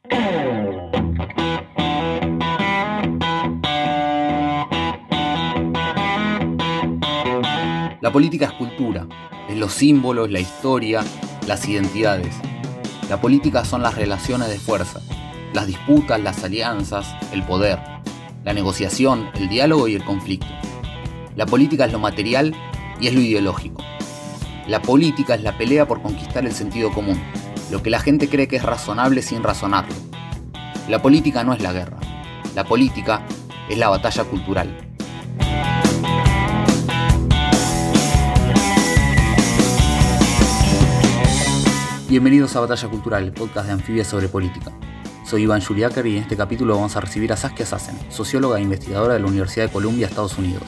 La política es cultura, es los símbolos, la historia, las identidades. La política son las relaciones de fuerza, las disputas, las alianzas, el poder, la negociación, el diálogo y el conflicto. La política es lo material y es lo ideológico. La política es la pelea por conquistar el sentido común, lo que la gente cree que es razonable sin razonarlo. La política no es la guerra, la política es la batalla cultural. Bienvenidos a Batalla Cultural, el podcast de Anfibia sobre política. Soy Iván Juliáquer y en este capítulo vamos a recibir a Saskia Sassen, socióloga e investigadora de la Universidad de Columbia, Estados Unidos.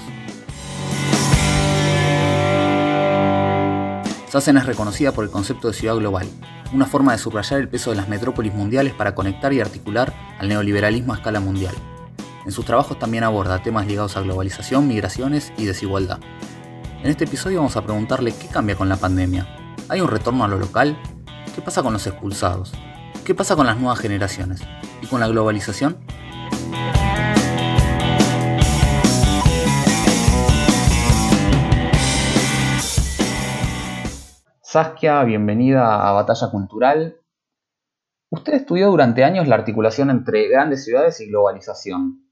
Sassen es reconocida por el concepto de ciudad global, una forma de subrayar el peso de las metrópolis mundiales para conectar y articular al neoliberalismo a escala mundial. En sus trabajos también aborda temas ligados a globalización, migraciones y desigualdad. En este episodio vamos a preguntarle qué cambia con la pandemia. ¿Hay un retorno a lo local? ¿Qué pasa con los expulsados? ¿Qué pasa con las nuevas generaciones? ¿Y con la globalización? Saskia, bienvenida a Batalla Cultural. Usted estudió durante años la articulación entre grandes ciudades y globalización.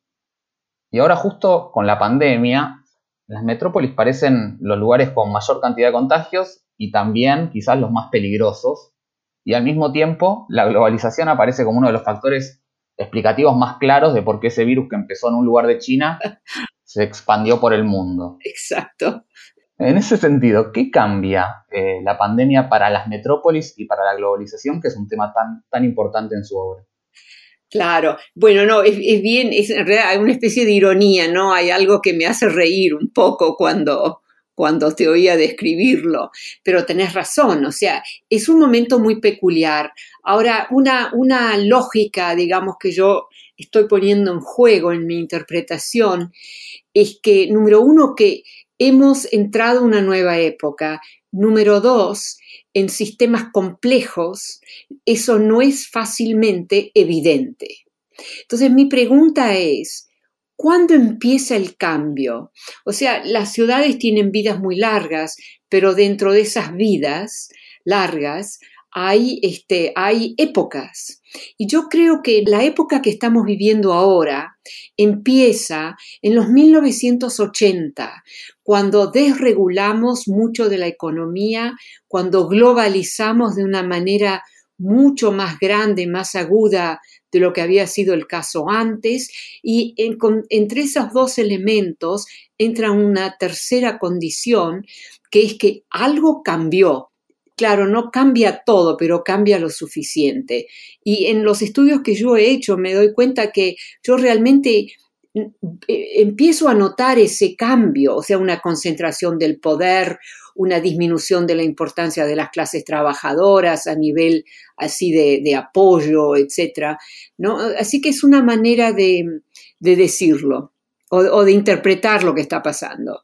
Y ahora justo con la pandemia, las metrópolis parecen los lugares con mayor cantidad de contagios y también quizás los más peligrosos. Y al mismo tiempo, la globalización aparece como uno de los factores explicativos más claros de por qué ese virus que empezó en un lugar de China se expandió por el mundo. Exacto. En ese sentido, ¿qué cambia la pandemia para las metrópolis y para la globalización, que es un tema tan importante en su obra? Claro, bueno, no, es bien, es en realidad hay una especie de ironía, ¿no? Hay algo que me hace reír un poco cuando te oía describirlo, pero tenés razón, o sea, es un momento muy peculiar. Ahora, una lógica, digamos, que yo estoy poniendo en juego en mi interpretación es que, número uno, que hemos entrado a una nueva época. Número dos, en sistemas complejos, eso no es fácilmente evidente. Entonces, mi pregunta es, ¿cuándo empieza el cambio? O sea, las ciudades tienen vidas muy largas, pero dentro de esas vidas largas hay épocas. Y yo creo que la época que estamos viviendo ahora empieza en los 1980, cuando desregulamos mucho de la economía, cuando globalizamos de una manera mucho más grande, más aguda de lo que había sido el caso antes, y entre esos dos elementos entra una tercera condición, que es que algo cambió. Claro, no cambia todo, pero cambia lo suficiente. Y en los estudios que yo he hecho me doy cuenta que yo realmente empiezo a notar ese cambio, o sea, una concentración del poder, una disminución de la importancia de las clases trabajadoras a nivel así de apoyo, etcétera, ¿no? Así que es una manera de decirlo o de interpretar lo que está pasando.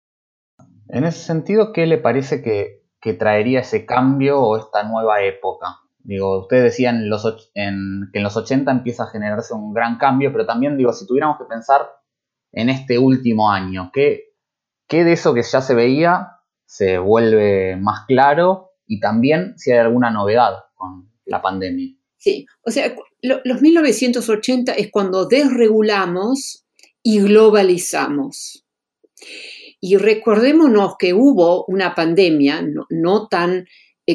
En ese sentido, ¿qué le parece que traería ese cambio o esta nueva época? Digo, usted decía que en los 80 empieza a generarse un gran cambio, pero también digo, si tuviéramos que pensar en este último año, ¿qué de eso que ya se veía se vuelve más claro? Y también si hay alguna novedad con la pandemia. Sí, o sea, los 1980 es cuando desregulamos y globalizamos. Y recordémonos que hubo una pandemia no tan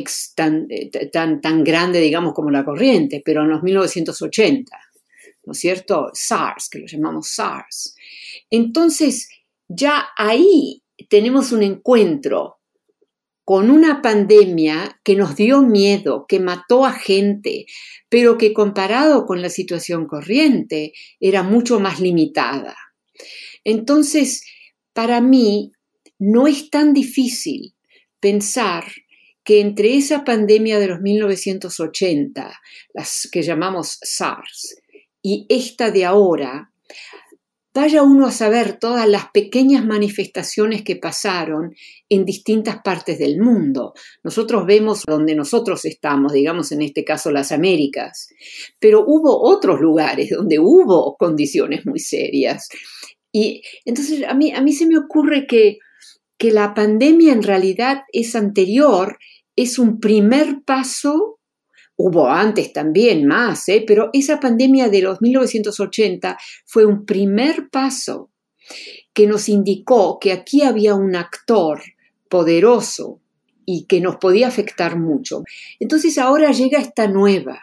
grande, digamos, como la corriente, pero en los 1980, ¿no es cierto? SARS, que lo llamamos SARS. Entonces, ya ahí tenemos un encuentro con una pandemia que nos dio miedo, que mató a gente, pero que comparado con la situación corriente era mucho más limitada. Entonces, para mí, no es tan difícil pensar que entre esa pandemia de los 1980, las que llamamos SARS, y esta de ahora, vaya uno a saber todas las pequeñas manifestaciones que pasaron en distintas partes del mundo. Nosotros vemos donde nosotros estamos, digamos en este caso las Américas, pero hubo otros lugares donde hubo condiciones muy serias. Y entonces a mí se me ocurre que la pandemia en realidad es anterior, es un primer paso. Hubo antes también más, pero esa pandemia de los 1980 fue un primer paso que nos indicó que aquí había un actor poderoso y que nos podía afectar mucho. Entonces ahora llega esta nueva.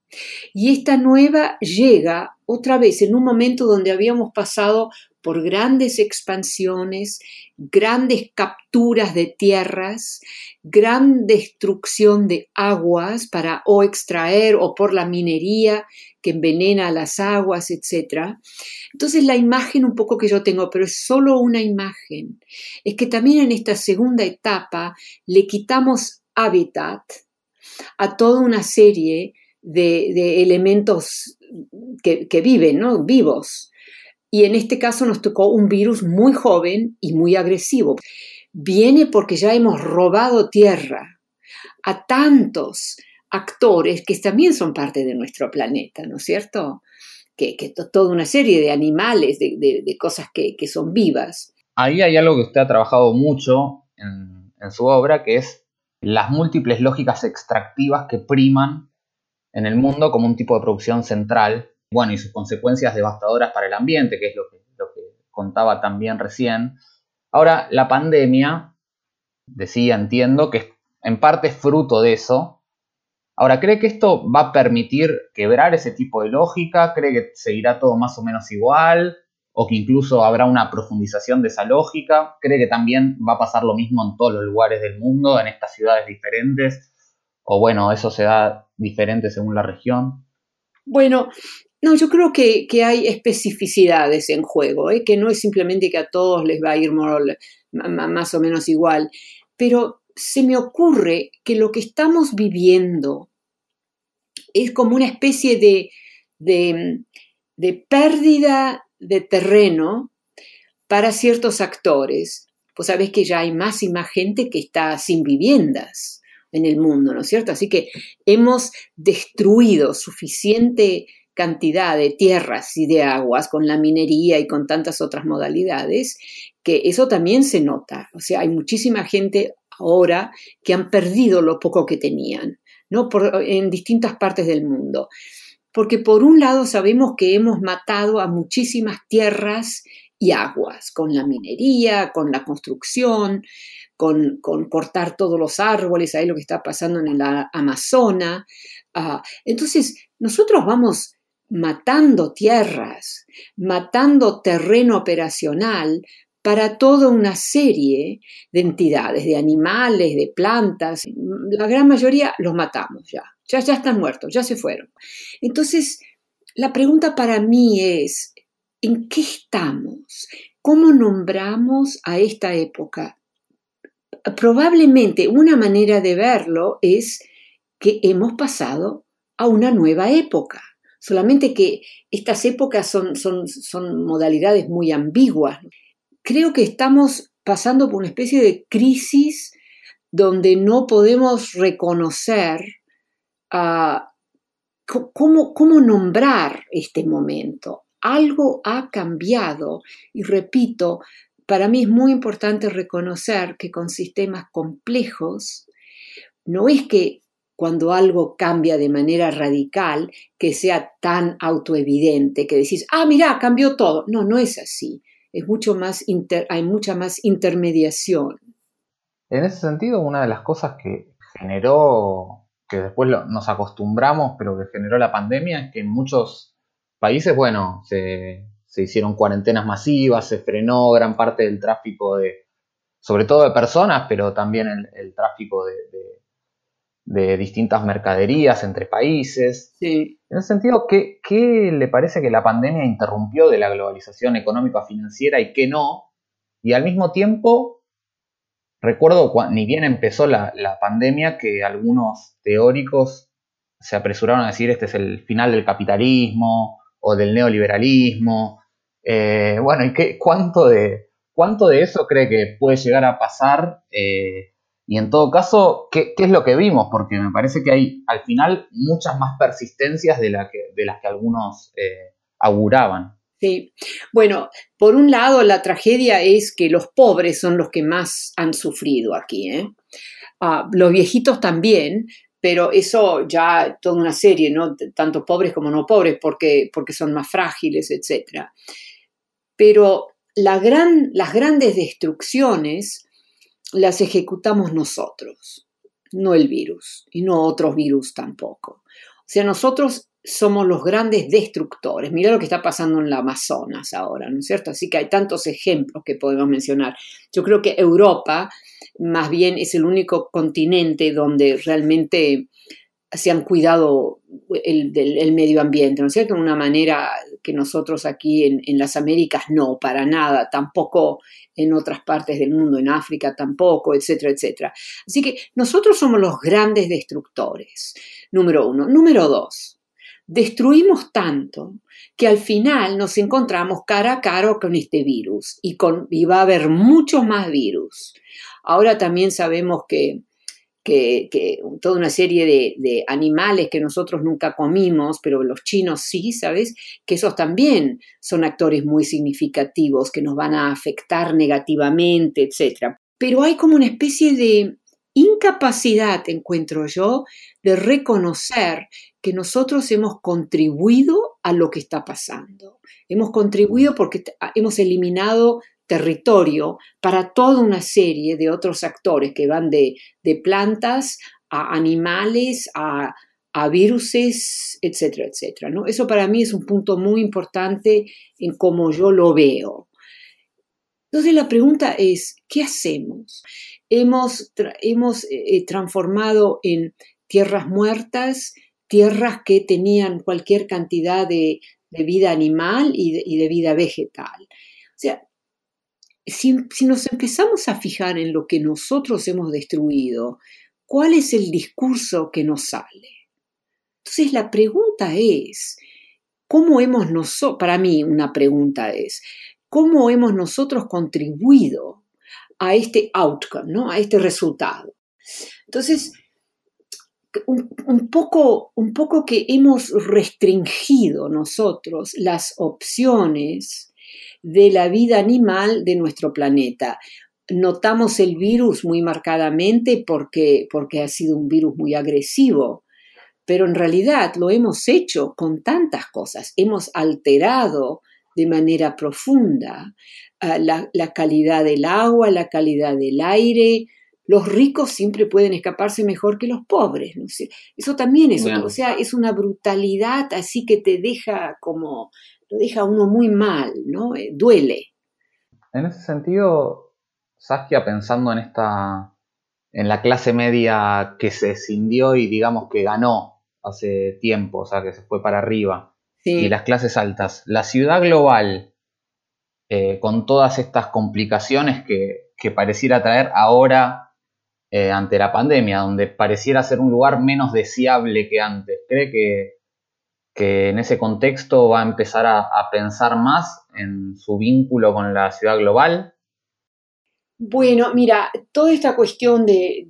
Y esta nueva llega otra vez en un momento donde habíamos pasado por grandes expansiones, grandes capturas de tierras, gran destrucción de aguas para o extraer o por la minería que envenena las aguas, etc. Entonces la imagen un poco que yo tengo, pero es solo una imagen, es que también en esta segunda etapa le quitamos hábitat a toda una serie de elementos que viven, ¿no? Vivos. Y en este caso nos tocó un virus muy joven y muy agresivo. Viene porque ya hemos robado tierra a tantos actores que también son parte de nuestro planeta, ¿no es cierto? Que toda una serie de animales, de cosas que son vivas. Ahí hay algo que usted ha trabajado mucho en su obra, que es las múltiples lógicas extractivas que priman en el mundo como un tipo de producción central, bueno, y sus consecuencias devastadoras para el ambiente, que es lo que contaba también recién. Ahora, la pandemia, decía, entiendo, que en parte es fruto de eso. Ahora, ¿cree que esto va a permitir quebrar ese tipo de lógica? ¿Cree que seguirá todo más o menos igual? ¿O que incluso habrá una profundización de esa lógica? ¿Cree que también va a pasar lo mismo en todos los lugares del mundo, en estas ciudades diferentes? O bueno, eso se da diferente según la región. Bueno, no, yo creo que hay especificidades en juego, que no es simplemente que a todos les va a ir más o menos igual, pero se me ocurre que lo que estamos viviendo es como una especie de pérdida de terreno para ciertos actores. Pues sabés que ya hay más y más gente que está sin viviendas en el mundo, ¿no es cierto? Así que hemos destruido suficiente cantidad de tierras y de aguas con la minería y con tantas otras modalidades, que eso también se nota. O sea, hay muchísima gente ahora que han perdido lo poco que tenían, ¿no? En distintas partes del mundo. Porque por un lado sabemos que hemos matado a muchísimas tierras y aguas, con la minería, con la construcción, con cortar todos los árboles, ahí lo que está pasando en la Amazona. Entonces, nosotros vamos matando tierras, matando terreno operacional para toda una serie de entidades, de animales, de plantas. La gran mayoría los matamos ya están muertos, ya se fueron. Entonces, la pregunta para mí es, ¿en qué estamos? ¿Cómo nombramos a esta época? Probablemente una manera de verlo es que hemos pasado a una nueva época. Solamente que estas épocas son modalidades muy ambiguas. Creo que estamos pasando por una especie de crisis donde no podemos reconocer ¿cómo nombrar este momento? Algo ha cambiado y repito, para mí es muy importante reconocer que con sistemas complejos no es que cuando algo cambia de manera radical que sea tan autoevidente que decís, mirá, cambió todo. No, no es así. Es mucho más hay mucha más intermediación. En ese sentido, una de las cosas que generó, que después nos acostumbramos, pero que generó la pandemia, es que en muchos países, bueno, se hicieron cuarentenas masivas, se frenó gran parte del tráfico sobre todo de personas, pero también el tráfico de distintas mercaderías entre países. Sí. En ese sentido, ¿qué le parece que la pandemia interrumpió de la globalización económica financiera y qué no? Y al mismo tiempo, recuerdo, ni bien empezó la pandemia, que algunos teóricos se apresuraron a decir este es el final del capitalismo o del neoliberalismo. Bueno, ¿y cuánto de eso cree que puede llegar a pasar? Y en todo caso, ¿qué es lo que vimos? Porque me parece que hay al final muchas más persistencias de las que algunos auguraban. Sí, bueno, por un lado la tragedia es que los pobres son los que más han sufrido aquí, ¿eh? Los viejitos también, pero eso ya toda una serie, ¿no? Tanto pobres como no pobres, porque son más frágiles, etcétera. Pero las grandes destrucciones las ejecutamos nosotros, no el virus, y no otros virus tampoco. O sea, nosotros somos los grandes destructores. Mira lo que está pasando en la Amazonas ahora, ¿no es cierto? Así que hay tantos ejemplos que podemos mencionar. Yo creo que Europa, más bien, es el único continente donde realmente se han cuidado el medio ambiente, ¿no es cierto? De una manera que nosotros aquí en las Américas no, para nada, tampoco en otras partes del mundo, en África tampoco, etcétera, etcétera. Así que nosotros somos los grandes destructores, número uno. Número dos, destruimos tanto que al final nos encontramos cara a cara con este virus y va a haber muchos más virus. Ahora también sabemos que toda una serie de animales que nosotros nunca comimos, pero los chinos sí, ¿sabes? Que esos también son actores muy significativos que nos van a afectar negativamente, etc. Pero hay como una especie de incapacidad, encuentro yo, de reconocer que nosotros hemos contribuido a lo que está pasando. Hemos contribuido porque hemos eliminado territorio para toda una serie de otros actores que van de plantas a animales, a viruses, etcétera, etcétera, ¿no? Eso para mí es un punto muy importante en cómo yo lo veo. Entonces la pregunta es, ¿qué hacemos? Hemos transformado en tierras muertas, tierras que tenían cualquier cantidad de vida animal y de vida vegetal. O sea, si nos empezamos a fijar en lo que nosotros hemos destruido, ¿cuál es el discurso que nos sale? Entonces la pregunta es, ¿cómo hemos nosotros, para mí una pregunta es, ¿cómo hemos nosotros contribuido a este outcome, ¿no? A este resultado? Entonces, un poco que hemos restringido nosotros las opciones de la vida animal de nuestro planeta. Notamos el virus muy marcadamente porque ha sido un virus muy agresivo, pero en realidad lo hemos hecho con tantas cosas. Hemos alterado de manera profunda la calidad del agua, la calidad del aire. Los ricos siempre pueden escaparse mejor que los pobres, ¿no? Eso también es, o sea, es una brutalidad así que te deja como, lo deja a uno muy mal, ¿no? Duele. En ese sentido, Saskia, pensando en la clase media que se escindió y digamos que ganó hace tiempo, o sea, que se fue para arriba, Sí. Y las clases altas, la ciudad global, con todas estas complicaciones que pareciera traer ahora ante la pandemia, donde pareciera ser un lugar menos deseable que antes, ¿cree que en ese contexto va a empezar a pensar más en su vínculo con la ciudad global? Bueno, mira, toda esta cuestión de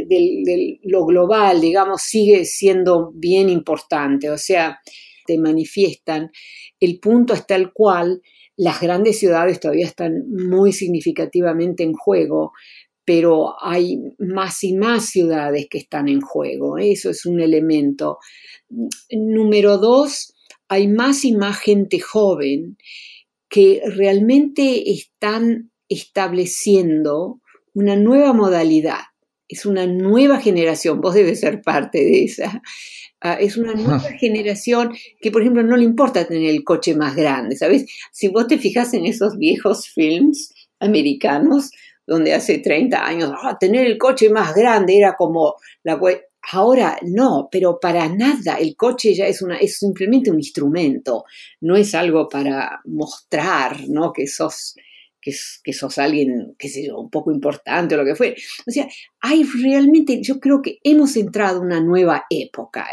lo global, digamos, sigue siendo bien importante. O sea, te manifiestan. El punto está el cual las grandes ciudades todavía están muy significativamente en juego, pero hay más y más ciudades que están en juego. Eso es un elemento. Número dos, hay más y más gente joven que realmente están estableciendo una nueva modalidad. Es una nueva generación, vos debes ser parte de esa. Es una nueva generación que, por ejemplo, no le importa tener el coche más grande, ¿sabes? Si vos te fijas en esos viejos films americanos, donde hace 30 años, tener el coche más grande era como la... Ahora no, pero para nada, el coche ya es simplemente un instrumento, no es algo para mostrar, ¿no? que sos alguien, qué sé yo, un poco importante o lo que fue. O sea, hay realmente, yo creo que hemos entrado en una nueva época,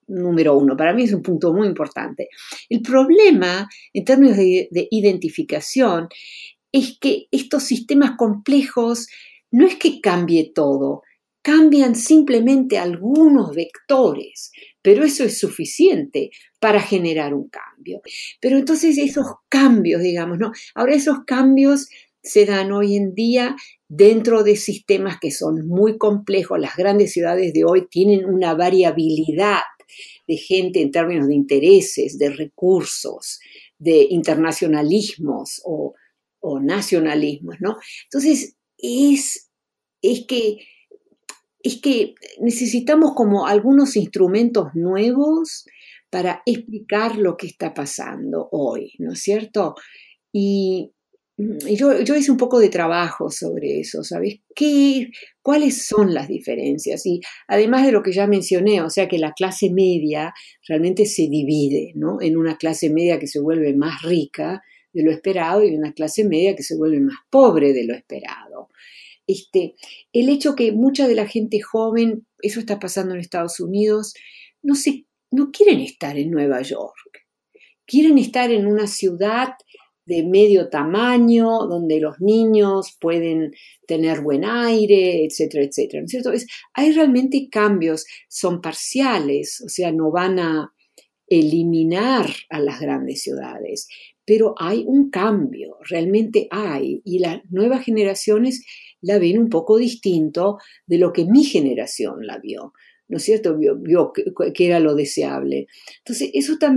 número uno. Para mí es un punto muy importante. El problema, en términos de identificación, es que estos sistemas complejos no es que cambie todo, cambian simplemente algunos vectores, pero eso es suficiente para generar un cambio. Pero entonces esos cambios, digamos, ¿no? Ahora esos cambios se dan hoy en día dentro de sistemas que son muy complejos. Las grandes ciudades de hoy tienen una variabilidad de gente en términos de intereses, de recursos, de internacionalismos o nacionalismos, ¿no? Entonces, es que necesitamos como algunos instrumentos nuevos para explicar lo que está pasando hoy, ¿no es cierto? Y yo hice un poco de trabajo sobre eso, ¿sabes? ¿Cuáles son las diferencias? Y además de lo que ya mencioné, o sea que la clase media realmente se divide, ¿no? En una clase media que se vuelve más rica de lo esperado y una clase media que se vuelve más pobre de lo esperado. El hecho que mucha de la gente joven, eso está pasando en Estados Unidos, no quieren estar en Nueva York, quieren estar en una ciudad de medio tamaño, donde los niños pueden tener buen aire, etcétera, etcétera, ¿no es cierto? Hay realmente cambios, son parciales, o sea, no van a eliminar a las grandes ciudades, pero hay un cambio, realmente hay, y las nuevas generaciones la ven un poco distinto de lo que mi generación la vio, ¿no es cierto? Vio que era lo deseable. Entonces,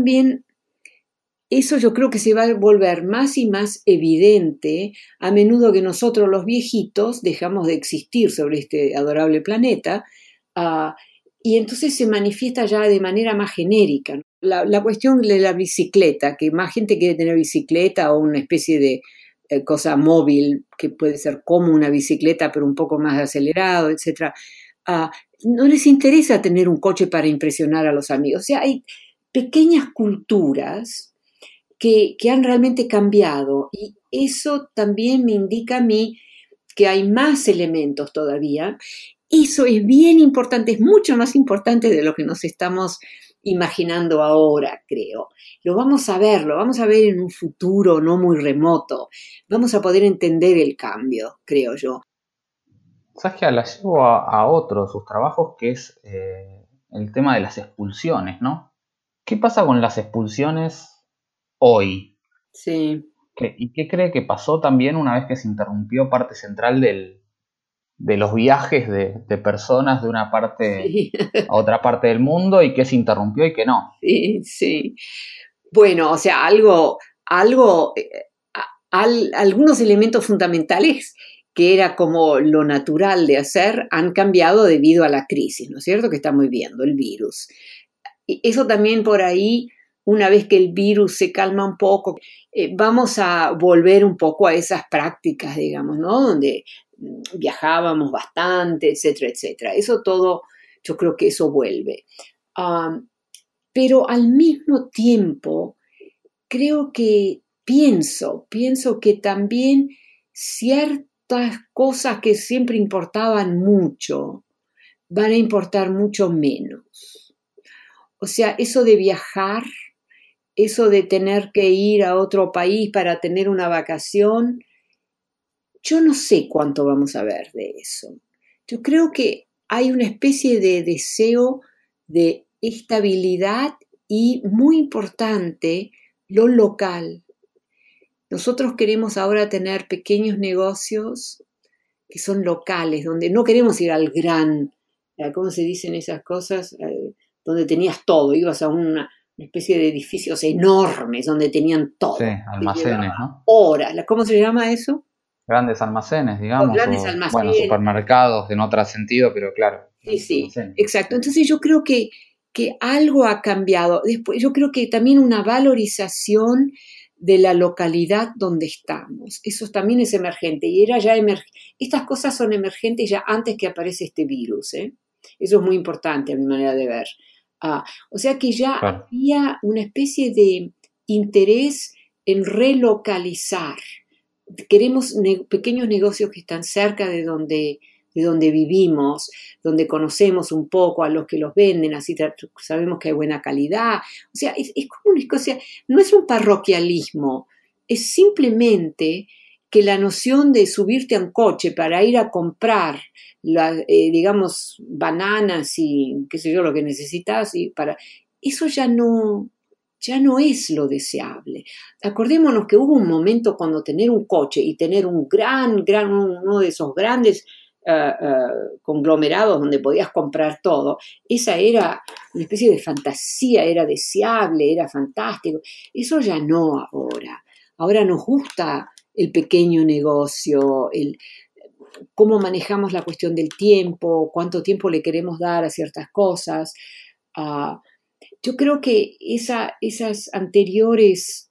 eso yo creo que se va a volver más y más evidente a menudo que nosotros los viejitos dejamos de existir sobre este adorable planeta, y entonces se manifiesta ya de manera más genérica. La cuestión de la bicicleta, que más gente quiere tener bicicleta o una especie de cosa móvil que puede ser como una bicicleta pero un poco más acelerado, etc. No les interesa tener un coche para impresionar a los amigos. O sea, hay pequeñas culturas que han realmente cambiado, y eso también me indica a mí que hay más elementos todavía. Eso es bien importante, es mucho más importante de lo que nos estamos imaginando ahora, creo. Lo vamos a ver en un futuro no muy remoto. Vamos a poder entender el cambio, creo yo. Saskia la llevo a otro de sus trabajos, que es el tema de las expulsiones, ¿no? ¿Qué pasa con las expulsiones hoy? Sí. ¿Y qué cree que pasó también una vez que se interrumpió parte central de los viajes de personas de una parte Sí. a otra parte del mundo, y qué se interrumpió y qué no? Sí, sí. Bueno, o sea, algunos elementos fundamentales que era como lo natural de hacer han cambiado debido a la crisis, ¿no es cierto? Que estamos viviendo, el virus. Y eso también por ahí, una vez que el virus se calma un poco, vamos a volver un poco a esas prácticas, digamos, ¿no? Donde viajábamos bastante, etcétera, etcétera. Eso todo, yo creo que eso vuelve. Pero al mismo tiempo, creo que pienso que también ciertas cosas que siempre importaban mucho van a importar mucho menos. O sea, eso de viajar, eso de tener que ir a otro país para tener una vacación, yo no sé cuánto vamos a ver de eso. Yo creo que hay una especie de deseo de estabilidad y, muy importante, lo local. Nosotros queremos ahora tener pequeños negocios que son locales, donde no queremos ir al gran, ¿cómo se dicen esas cosas? Donde tenías todo, ibas a una especie de edificios enormes donde tenían todo. Sí, almacenes, ¿no? Horas, ¿cómo se llama eso? Grandes almacenes, digamos, Grandes bueno, almacenes. supermercados en otro sentido, pero claro. Sí, Almacenes. exacto. Entonces yo creo que algo ha cambiado. Después, yo creo que también una valorización de la localidad donde estamos. Eso también es emergente. Y era ya estas cosas son emergentes ya antes que aparece este virus, ¿eh? Eso es muy importante a mi manera de ver. O sea que ya había una especie de interés en relocalizar. Queremos pequeños negocios que están cerca de donde de donde vivimos, donde conocemos un poco a los que los venden, así sabemos que hay buena calidad. O sea, es como una cosa, no es un parroquialismo, es simplemente que la noción de subirte a un coche para ir a comprar, digamos, bananas y qué sé yo, lo que necesitas, eso ya no es lo deseable. Acordémonos que hubo un momento cuando tener un coche y tener uno de esos grandes conglomerados donde podías comprar todo, esa era una especie de fantasía, era deseable, era fantástico. Eso ya no ahora. Ahora nos gusta el pequeño negocio, cómo manejamos la cuestión del tiempo, cuánto tiempo le queremos dar a ciertas cosas. Yo creo que esos anteriores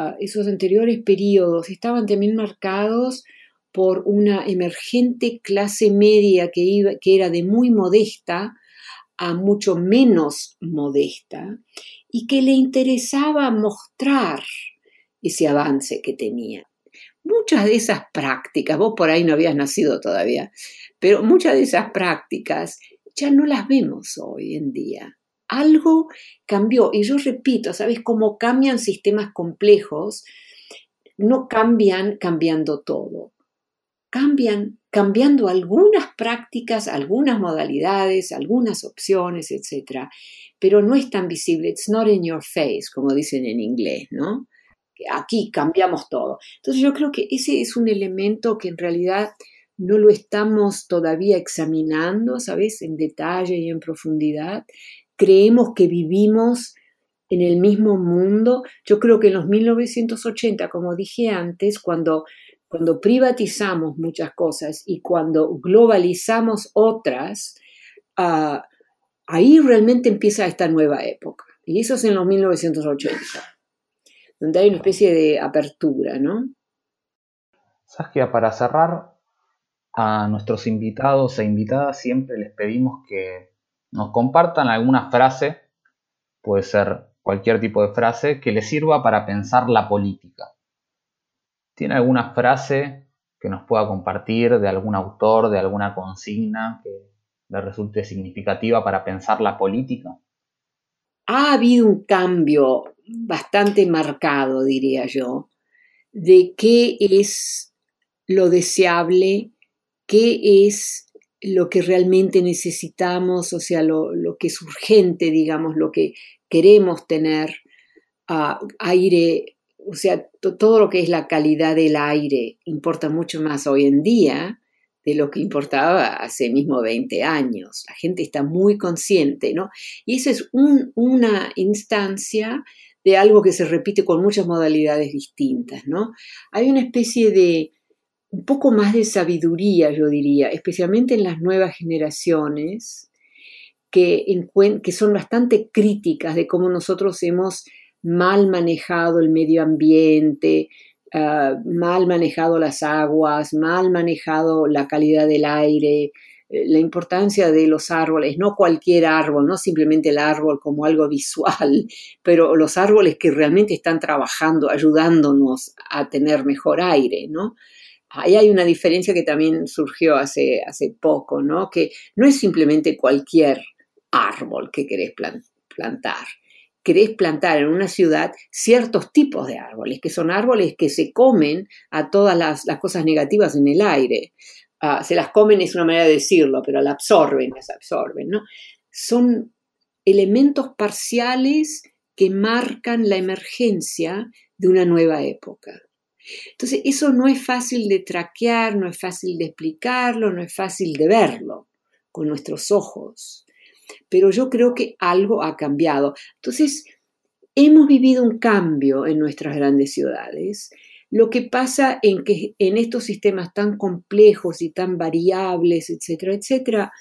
periodos estaban también marcados por una emergente clase media que era de muy modesta a mucho menos modesta y que le interesaba mostrar ese avance que tenía. Muchas de esas prácticas, vos por ahí no habías nacido todavía, pero muchas de esas prácticas ya no las vemos hoy en día. Algo cambió, y yo repito, ¿sabes cómo cambian sistemas complejos? No cambian cambiando todo. Cambian cambiando algunas prácticas, algunas modalidades, algunas opciones, etc. Pero no es tan visible, it's not in your face, como dicen en inglés, ¿no? Aquí cambiamos todo. Entonces yo creo que ese es un elemento que en realidad no lo estamos todavía examinando, ¿sabes? En detalle y en profundidad. Creemos que vivimos en el mismo mundo. Yo creo que en los 1980, como dije antes, cuando privatizamos muchas cosas y cuando globalizamos otras, ahí realmente empieza esta nueva época. Y eso es en los 1980, donde hay una especie de apertura, ¿no? Saskia, para cerrar, a nuestros invitados e invitadas siempre les pedimos que nos compartan alguna frase, puede ser cualquier tipo de frase, que les sirva para pensar la política. ¿Tiene alguna frase que nos pueda compartir de algún autor, de alguna consigna que le resulte significativa para pensar la política? Ha habido un cambio bastante marcado, diría yo, de qué es lo deseable, qué es lo que realmente necesitamos, o sea, lo que es urgente, digamos, lo que queremos tener, aire, o sea, todo lo que es la calidad del aire importa mucho más hoy en día de lo que importaba hace mismo 20 años. La gente está muy consciente, ¿no? Y esa es una instancia de algo que se repite con muchas modalidades distintas, ¿no? Hay una especie de un poco más de sabiduría, yo diría, especialmente en las nuevas generaciones, que son bastante críticas de cómo nosotros hemos mal manejado el medio ambiente, mal manejado las aguas, mal manejado la calidad del aire, la importancia de los árboles, no cualquier árbol, no simplemente el árbol como algo visual, pero los árboles que realmente están trabajando, ayudándonos a tener mejor aire, ¿no? Ahí hay una diferencia que también surgió hace poco, ¿no? Que no es simplemente cualquier árbol que querés plantar. Querés plantar en una ciudad ciertos tipos de árboles, que son árboles que se comen a todas las cosas negativas en el aire. Se las comen es una manera de decirlo, pero las absorben, ¿no? Son elementos parciales que marcan la emergencia de una nueva época. Entonces, eso no es fácil de traquear, no es fácil de explicarlo, no es fácil de verlo con nuestros ojos. Pero yo creo que algo ha cambiado. Entonces, hemos vivido un cambio en nuestras grandes ciudades. Lo que pasa en que en estos sistemas tan complejos y tan variables, etcétera, etcétera,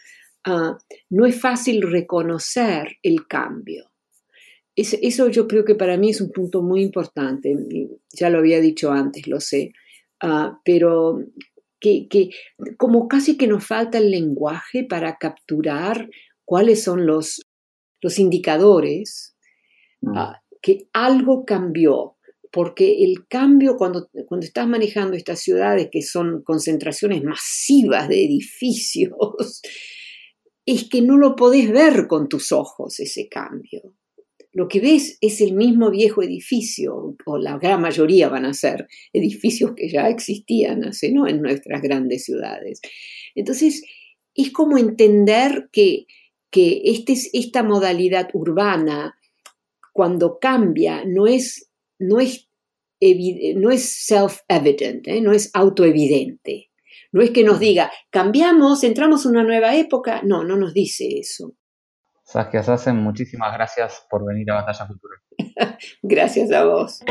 no es fácil reconocer el cambio. Eso yo creo que para mí es un punto muy importante. Ya lo había dicho antes, lo sé, pero que como casi que nos falta el lenguaje para capturar cuáles son los indicadores que algo cambió. porque el cambio cuando estás manejando estas ciudades que son concentraciones masivas de edificios, es que no lo podés ver con tus ojos ese cambio. Lo que ves es el mismo viejo edificio, o la gran mayoría van a ser edificios que ya existían ¿no? en nuestras grandes ciudades. Entonces, es como entender que esta modalidad urbana, cuando cambia, no es self-evident, no es autoevidente. No es que nos diga, cambiamos, entramos en una nueva época. No nos dice eso. Saskia Sassen, muchísimas gracias por venir a Batalla Cultural. Gracias a vos.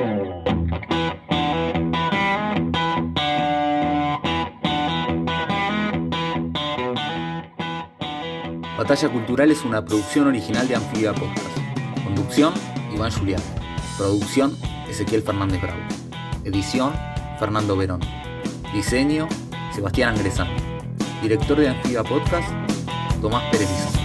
Batalla Cultural es una producción original de Anfibia Podcast. Conducción, Iván Julián. Producción, Ezequiel Fernández Bravo. Edición, Fernando Verón. Diseño, Sebastián Angresano. Director de Anfibia Podcast, Tomás Pérez Lizón.